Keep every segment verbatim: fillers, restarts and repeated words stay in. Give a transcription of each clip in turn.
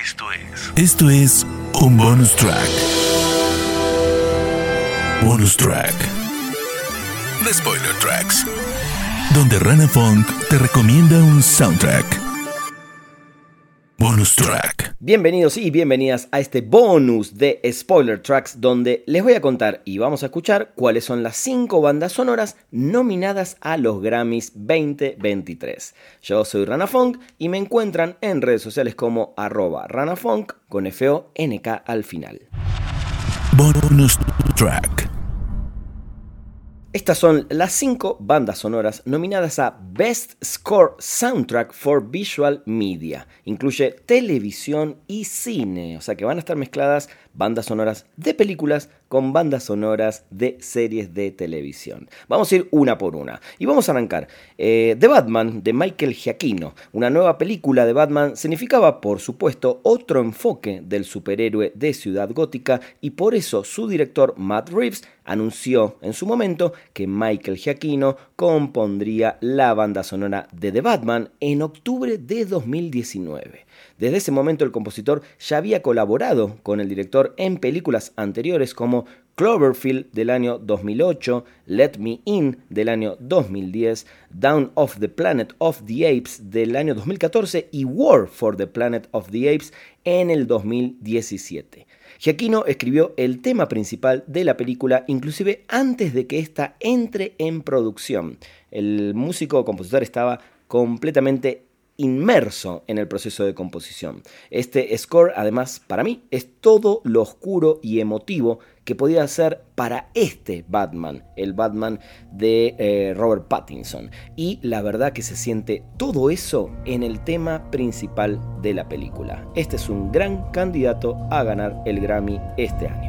Esto es... Esto es un bonus track. Bonus track de Spoiler Tracks, donde Rana Funk te recomienda un soundtrack. Bonus track. Bienvenidos y bienvenidas a este bonus de Spoiler Tracks, donde les voy a contar y vamos a escuchar cuáles son las cinco bandas sonoras nominadas a los Grammys veinte veintitrés. Yo soy Rana Funk y me encuentran en redes sociales como arroba ranafunk con F O N K al final. Bonus track. Estas son las cinco bandas sonoras nominadas a Best Score Soundtrack for Visual Media. Incluye televisión y cine, o sea que van a estar mezcladas bandas sonoras de películas con bandas sonoras de series de televisión. Vamos a ir una por una y vamos a arrancar. Eh, The Batman de Michael Giacchino, una nueva película de Batman, significaba por supuesto otro enfoque del superhéroe de Ciudad Gótica y por eso su director Matt Reeves anunció en su momento que Michael Giacchino compondría la banda sonora de The Batman en octubre de dos mil diecinueve. Desde ese momento el compositor ya había colaborado con el director en películas anteriores como Cloverfield del año dos mil ocho, Let Me In del año dos mil diez, Dawn of the Planet of the Apes del año dos mil catorce y War for the Planet of the Apes en el dos mil diecisiete. Giacchino escribió el tema principal de la película inclusive antes de que ésta entre en producción. El músico o compositor estaba completamente inmerso en el proceso de composición. Este score, además, para mí, es todo lo oscuro y emotivo que podía ser para este Batman, el Batman de eh, Robert Pattinson. Y la verdad que se siente todo eso en el tema principal de la película. Este es un gran candidato a ganar el Grammy este año.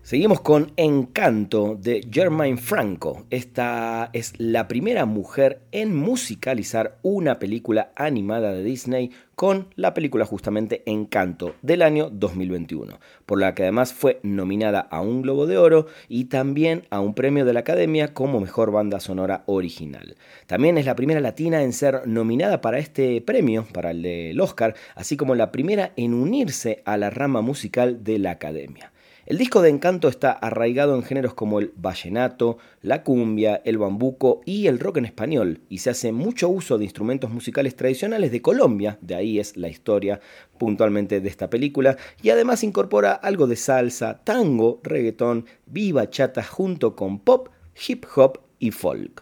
Seguimos con Encanto de Germaine Franco. Esta es la primera mujer en musicalizar una película animada de Disney con la película justamente Encanto del año dos mil veintiuno, por la que además fue nominada a un Globo de Oro y también a un premio de la Academia como Mejor Banda Sonora Original. También es la primera latina en ser nominada para este premio, para el del Oscar, así como la primera en unirse a la rama musical de la Academia. El disco de Encanto está arraigado en géneros como el vallenato, la cumbia, el bambuco y el rock en español, y se hace mucho uso de instrumentos musicales tradicionales de Colombia, de ahí es la historia puntualmente de esta película, y además incorpora algo de salsa, tango, reggaetón y bachata junto con pop, hip hop y folk.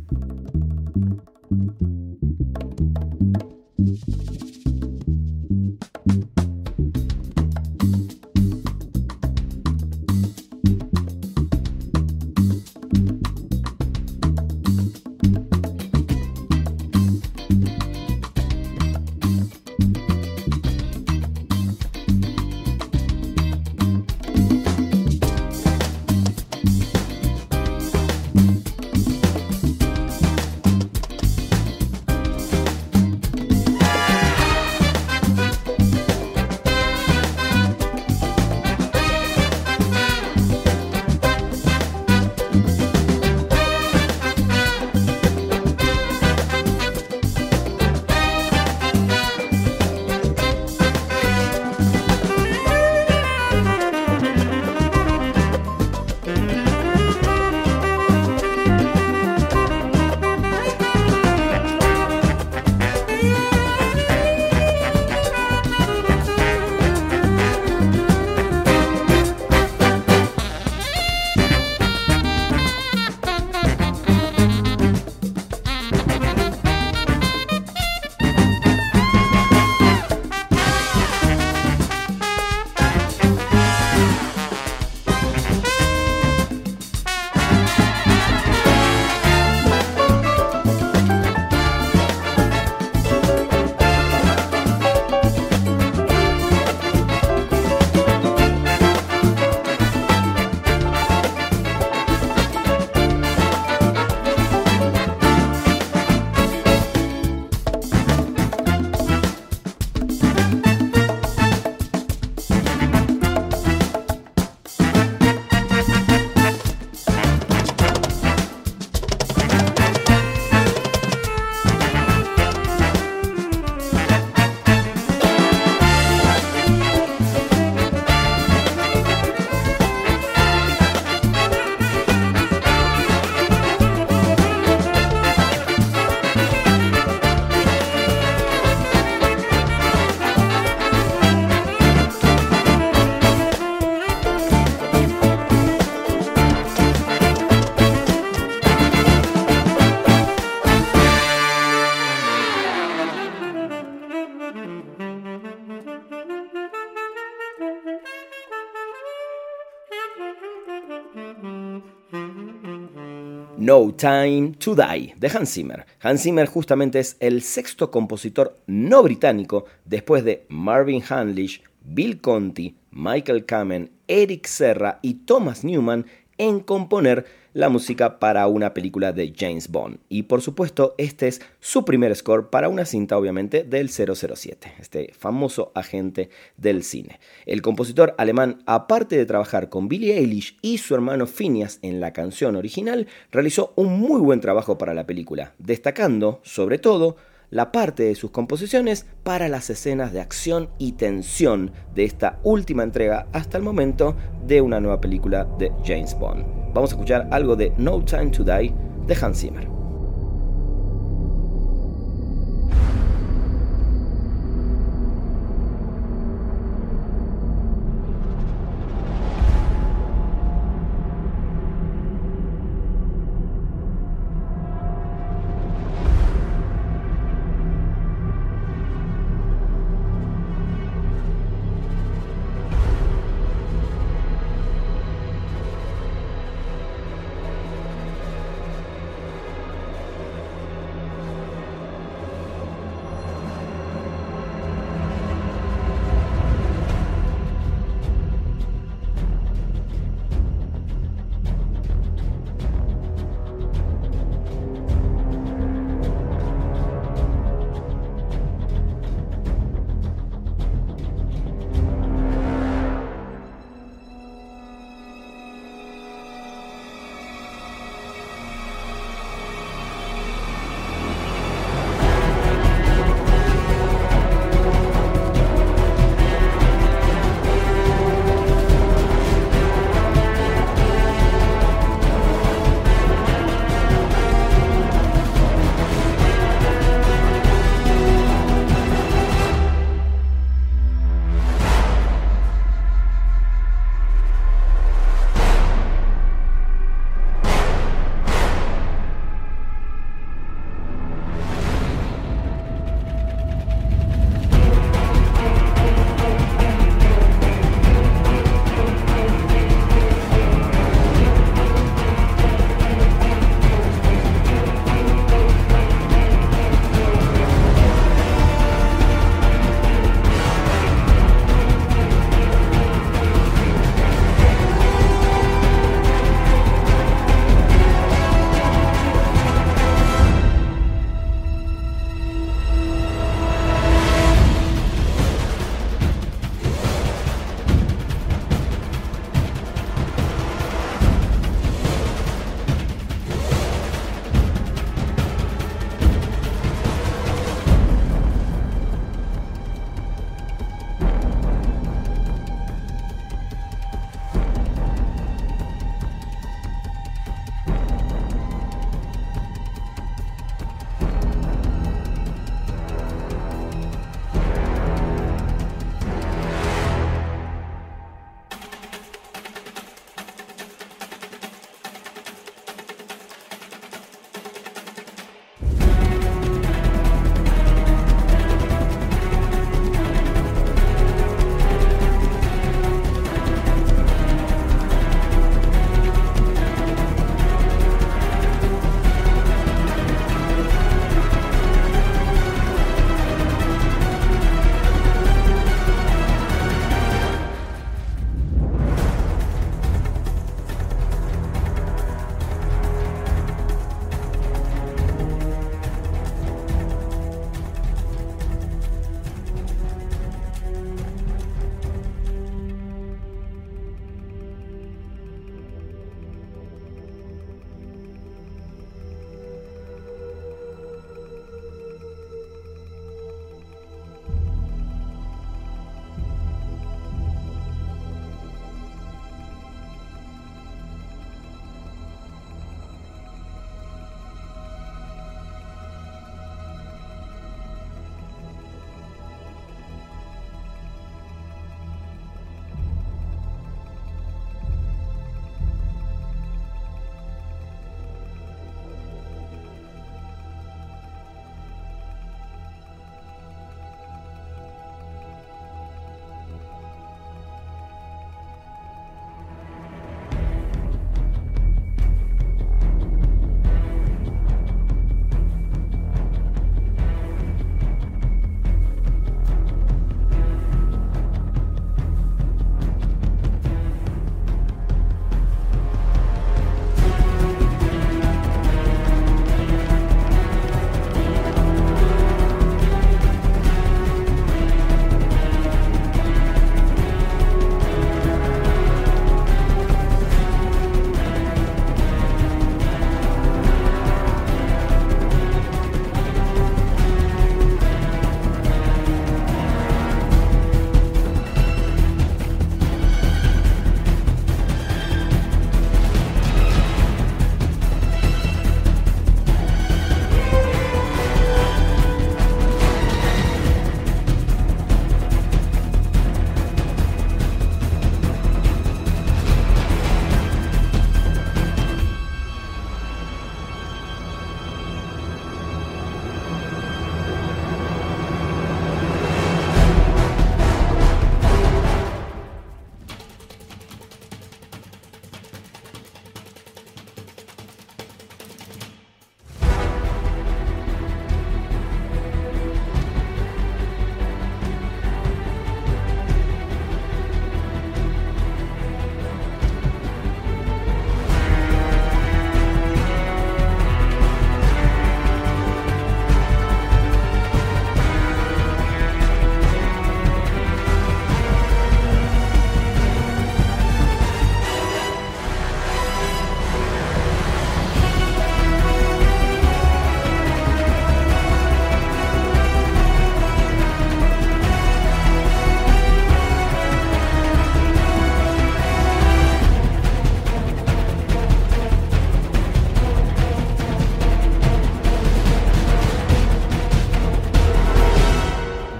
No Time to Die de Hans Zimmer. Hans Zimmer justamente es el sexto compositor no británico después de Marvin Hamlisch, Bill Conti, Michael Kamen, Eric Serra y Thomas Newman en componer la música para una película de James Bond. Y por supuesto, este es su primer score para una cinta obviamente del cero cero siete, este famoso agente del cine. El compositor alemán, aparte de trabajar con Billie Eilish y su hermano Phineas en la canción original, realizó un muy buen trabajo para la película, destacando, sobre todo, la parte de sus composiciones para las escenas de acción y tensión de esta última entrega hasta el momento de una nueva película de James Bond. Vamos a escuchar algo de No Time to Die de Hans Zimmer.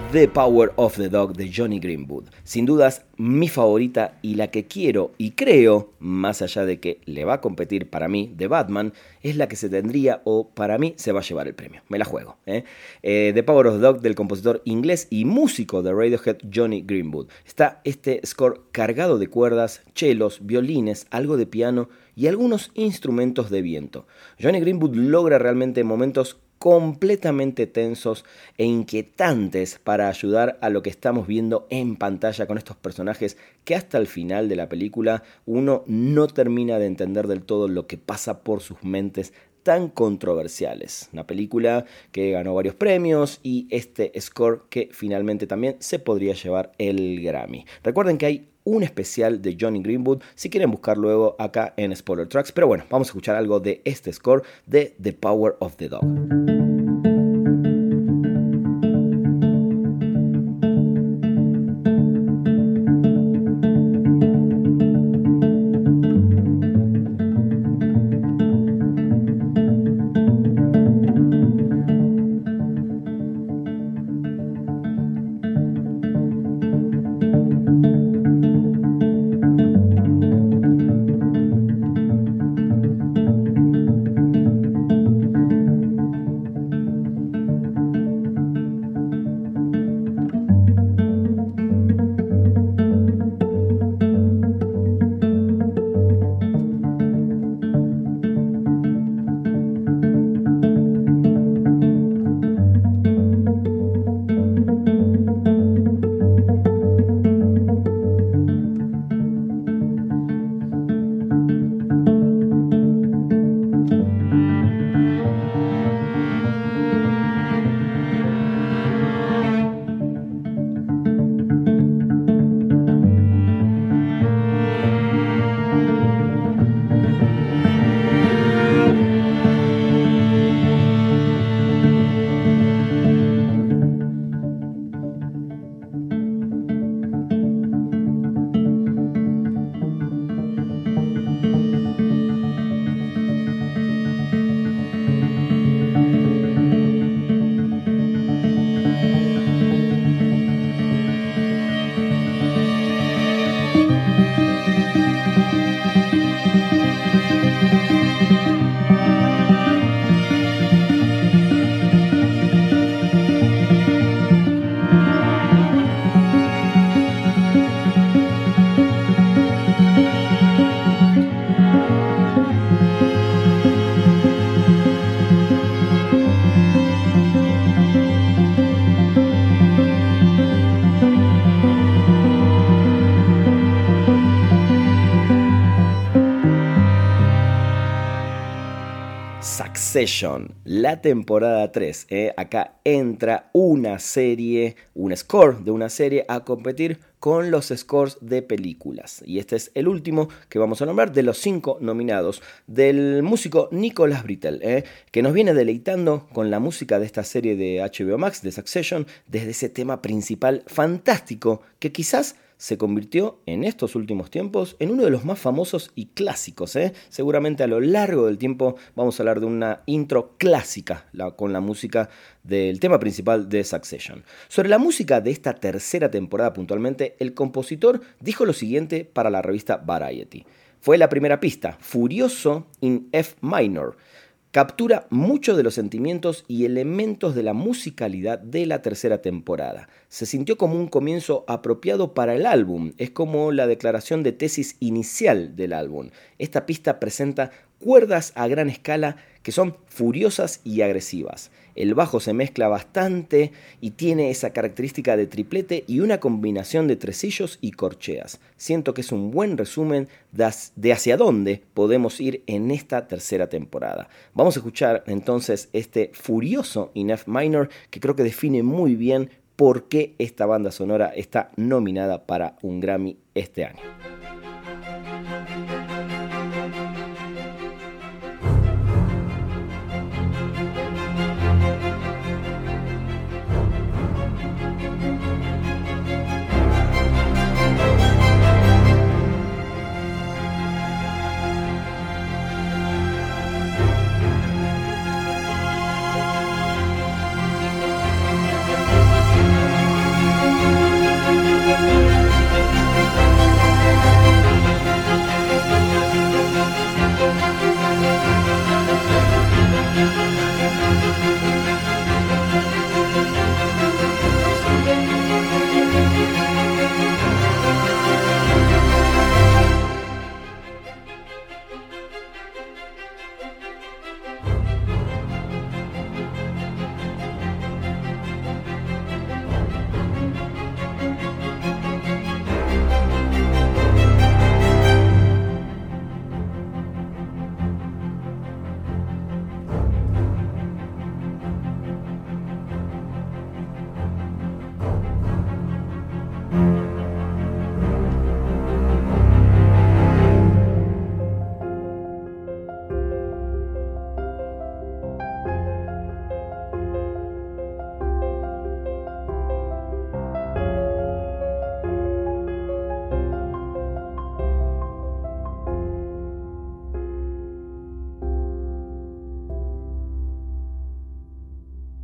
The Power of the Dog de Johnny Greenwood. Sin dudas, mi favorita y la que quiero y creo, más allá de que le va a competir para mí de Batman, es la que se tendría o para mí se va a llevar el premio. Me la juego. ¿eh? Eh, The Power of the Dog del compositor inglés y músico de Radiohead Johnny Greenwood. Está este score cargado de cuerdas, chelos, violines, algo de piano y algunos instrumentos de viento. Johnny Greenwood logra realmente momentos completamente tensos e inquietantes para ayudar a lo que estamos viendo en pantalla con estos personajes que hasta el final de la película uno no termina de entender del todo lo que pasa por sus mentes tan controversiales. Una película que ganó varios premios y este score que finalmente también se podría llevar el Grammy. Recuerden que hay un especial de Johnny Greenwood si quieren buscar luego acá en Spoiler Tracks, pero bueno, vamos a escuchar algo de este score de The Power of the Dog. Succession, la temporada tres. ¿eh? Acá entra una serie, un score de una serie a competir con los scores de películas. Y este es el último que vamos a nombrar de los cinco nominados del músico Nicholas Britell, ¿eh? que nos viene deleitando con la música de esta serie de H B O Max, de Succession, desde ese tema principal fantástico que quizás se convirtió en estos últimos tiempos en uno de los más famosos y clásicos. ¿eh? Seguramente a lo largo del tiempo vamos a hablar de una intro clásica la, con la música del tema principal de Succession. Sobre la música de esta tercera temporada puntualmente, el compositor dijo lo siguiente para la revista Variety. Fue la primera pista, Furioso in F minor. Captura muchos de los sentimientos y elementos de la musicalidad de la tercera temporada. Se sintió como un comienzo apropiado para el álbum, es como la declaración de tesis inicial del álbum. Esta pista presenta cuerdas a gran escala que son furiosas y agresivas. El bajo se mezcla bastante y tiene esa característica de triplete y una combinación de tresillos y corcheas. Siento que es un buen resumen de hacia dónde podemos ir en esta tercera temporada. Vamos a escuchar entonces este Furioso in F minor que creo que define muy bien por qué esta banda sonora está nominada para un Grammy este año.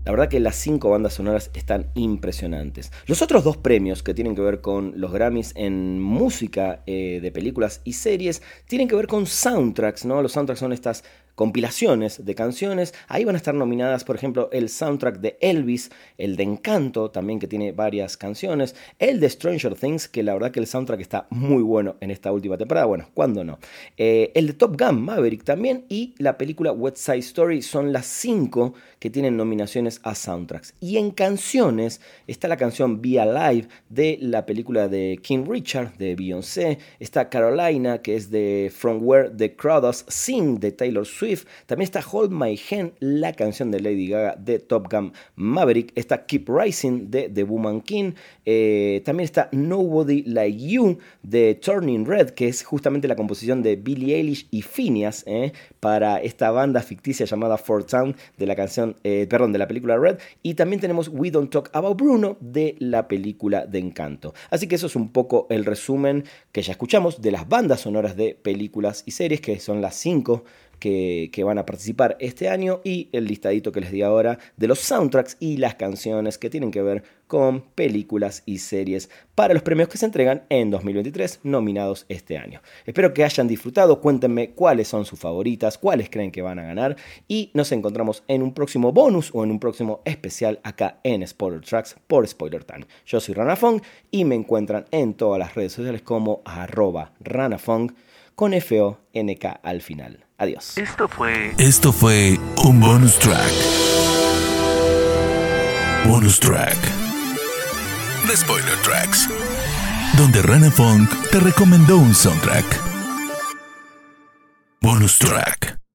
La verdad que las cinco bandas sonoras están impresionantes. Los otros dos premios que tienen que ver con los Grammys en música eh, de películas y series tienen que ver con soundtracks, ¿no? Los soundtracks son estas compilaciones de canciones. Ahí van a estar nominadas, por ejemplo, el soundtrack de Elvis, el de Encanto, también que tiene varias canciones, el de Stranger Things, que la verdad que el soundtrack está muy bueno en esta última temporada, bueno, ¿cuándo no? Eh, el de Top Gun Maverick también, y la película West Side Story. Son las cinco que tienen nominaciones a soundtracks. Y en canciones está la canción Be Alive de la película de King Richard de Beyoncé, está Carolina, que es de From Where the Crawdads Sing de Taylor Swift. También está Hold My Hand, la canción de Lady Gaga de Top Gun Maverick. Está Keep Rising de The Woman King. Eh, también está Nobody Like You de Turning Red, que es justamente la composición de Billie Eilish y Phineas eh, para esta banda ficticia llamada Four Town de la canción, eh, perdón, de la película Red. Y también tenemos We Don't Talk About Bruno de la película de Encanto. Así que eso es un poco el resumen que ya escuchamos de las bandas sonoras de películas y series, que son las cinco Que, que van a participar este año, y el listadito que les di ahora de los soundtracks y las canciones que tienen que ver con películas y series para los premios que se entregan en dos mil veintitrés, nominados este año. Espero que hayan disfrutado, cuéntenme cuáles son sus favoritas, cuáles creen que van a ganar, y nos encontramos en un próximo bonus o en un próximo especial acá en Spoiler Tracks por Spoiler Time. Yo soy Ranafong y me encuentran en todas las redes sociales como arroba Ranafong con F O N K al final. Adiós. Esto fue... Esto fue un bonus track. Bonus track. The Spoiler Tracks. Donde Ranafong te recomendó un soundtrack. Bonus track.